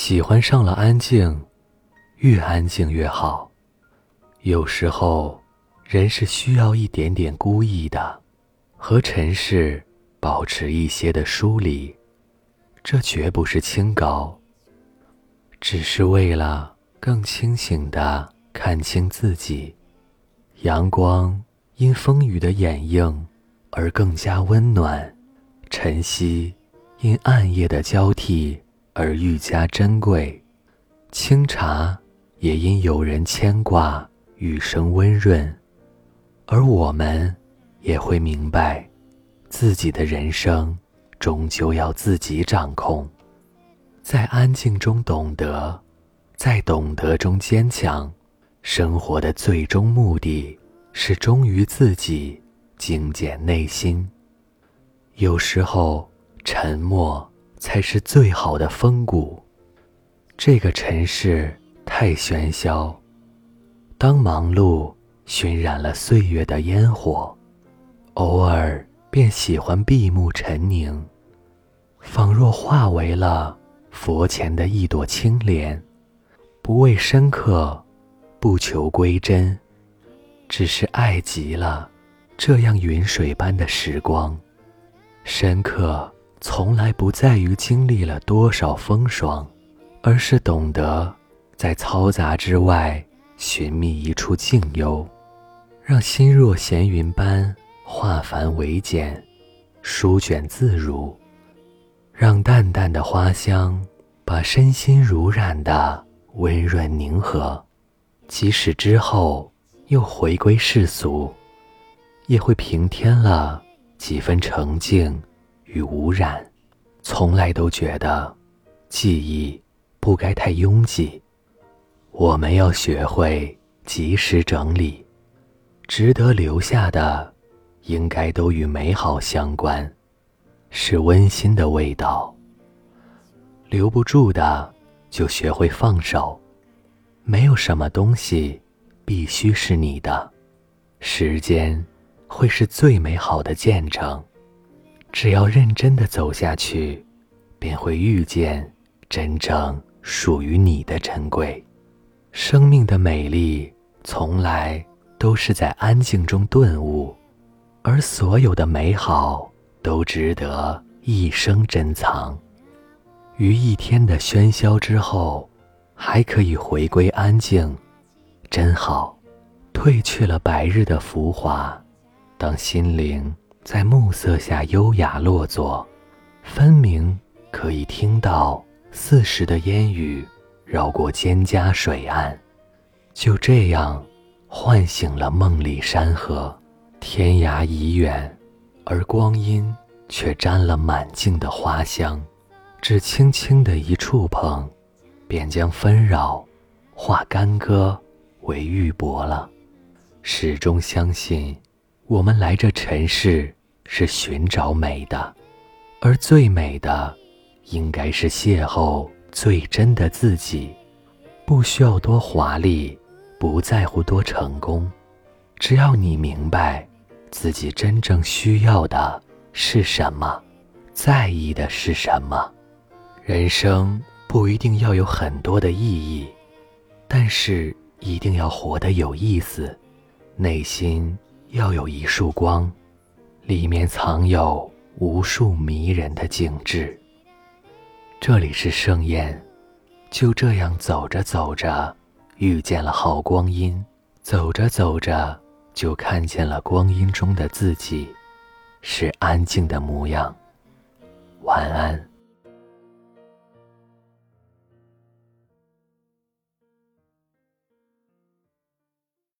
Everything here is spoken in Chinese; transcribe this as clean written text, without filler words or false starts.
喜欢上了安静，越安静越好。有时候，人是需要一点点孤意的，和尘世保持一些的疏离。这绝不是清高，只是为了更清醒地看清自己。阳光因风雨的掩映而更加温暖，晨曦因暗夜的交替而愈加珍贵，清茶也因有人牵挂愈生温润。而我们也会明白，自己的人生终究要自己掌控。在安静中懂得，在懂得中坚强。生活的最终目的是忠于自己，精简内心。有时候沉默才是最好的风骨。这个尘世太喧嚣，当忙碌熏染了岁月的烟火，偶尔便喜欢闭目沉凝，仿若化为了佛前的一朵青莲，不为深刻，不求归真，只是爱极了这样云水般的时光。深刻从来不在于经历了多少风霜，而是懂得在嘈杂之外寻觅一处静幽，让心若闲云般化繁为简，舒卷自如，让淡淡的花香把身心濡染的温润宁和。即使之后又回归世俗，也会平添了几分澄净与无染。从来都觉得记忆不该太拥挤，我们要学会及时整理，值得留下的应该都与美好相关，是温馨的味道。留不住的就学会放手，没有什么东西必须是你的，时间会是最美好的见证。只要认真地走下去，便会遇见真正属于你的珍贵。生命的美丽从来都是在安静中顿悟，而所有的美好都值得一生珍藏。于一天的喧嚣之后，还可以回归安静，真好。褪去了白日的浮华，当心灵在暮色下优雅落座，分明可以听到四时的烟雨绕过蒹葭水岸。就这样唤醒了梦里山河。天涯已远，而光阴却沾了满径的花香，只轻轻的一触碰，便将纷扰化干戈为玉帛了。始终相信，我们来这尘世是寻找美的，而最美的应该是邂逅最真的自己。不需要多华丽，不在乎多成功，只要你明白自己真正需要的是什么，在意的是什么。人生不一定要有很多的意义，但是一定要活得有意思。内心要有一束光，里面藏有无数迷人的景致。这里是盛宴，就这样走着走着，遇见了好光阴，走着走着，就看见了光阴中的自己，是安静的模样。晚安。